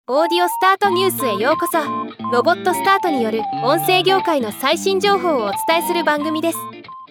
オーディオスタートニュースへようこそ。ロボットスタートによる音声業界の最新情報をお伝えする番組です。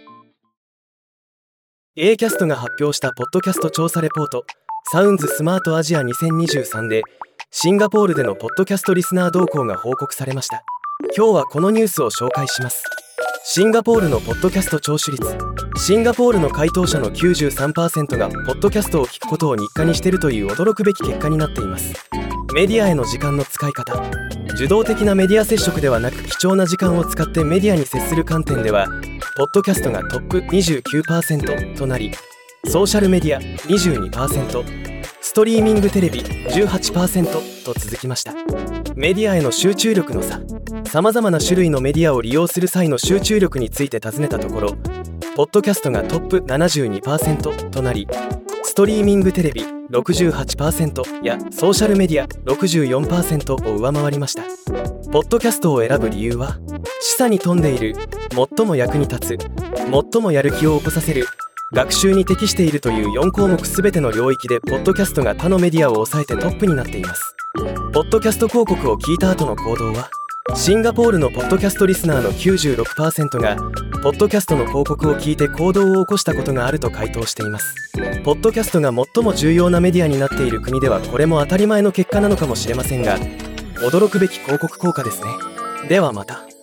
A キャストが発表したポッドキャスト調査レポートサウンズスマートアジア2023でシンガポールでのポッドキャストリスナー動向が報告されました。今日はこのニュースを紹介します。シンガポールのポッドキャスト聴取率。シンガポールの回答者の 93% がポッドキャストを聞くことを日課にしているという驚くべき結果になっています。メディアへの時間の使い方。受動的なメディア接触ではなく貴重な時間を使ってメディアに接する観点ではポッドキャストがトップ 29% となり、ソーシャルメディア 22%、ストリーミングテレビ 18% と続きました。メディアへの集中力の差。さまざまな種類のメディアを利用する際の集中力について尋ねたところ、ポッドキャストがトップ 72% となり、ストリーミングテレビ 68% やソーシャルメディア 64% を上回りました。ポッドキャストを選ぶ理由は、示唆に富んでいる、最も役に立つ、最もやる気を起こさせる、学習に適しているという4項目すべての領域でポッドキャストが他のメディアを抑えてトップになっています。ポッドキャスト広告を聞いた後の行動は、シンガポールのポッドキャストリスナーの 96% がポッドキャストの広告を聞いて行動を起こしたことがあると回答しています。ポッドキャストが最も重要なメディアになっている国ではこれも当たり前の結果なのかもしれませんが、驚くべき広告効果ですね。ではまた。